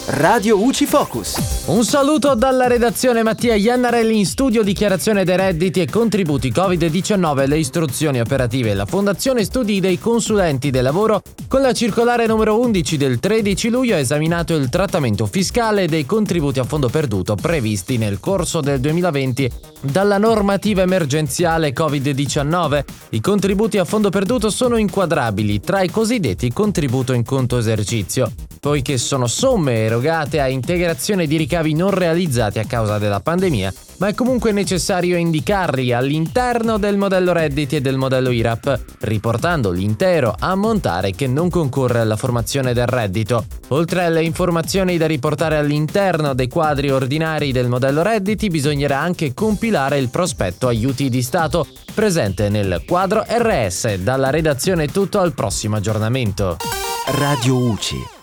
Radio UCI Focus. Un saluto dalla redazione Mattia Iannarelli in studio. Dichiarazione dei redditi e contributi Covid-19, le istruzioni operative. La Fondazione Studi dei Consulenti del Lavoro, con la circolare numero 11 del 13 luglio, ha esaminato il trattamento fiscale dei contributi a fondo perduto previsti nel corso del 2020 dalla normativa emergenziale Covid-19. I contributi a fondo perduto sono inquadrabili tra i cosiddetti contributo in conto esercizio, poiché sono somme erogate a integrazione di ricavi non realizzati a causa della pandemia, ma è comunque necessario indicarli all'interno del modello redditi e del modello IRAP, riportando l'intero ammontare che non concorre alla formazione del reddito. Oltre alle informazioni da riportare all'interno dei quadri ordinari del modello redditi, bisognerà anche compilare il prospetto aiuti di Stato presente nel quadro RS. Dalla redazione è tutto, al prossimo aggiornamento. Radio UCI.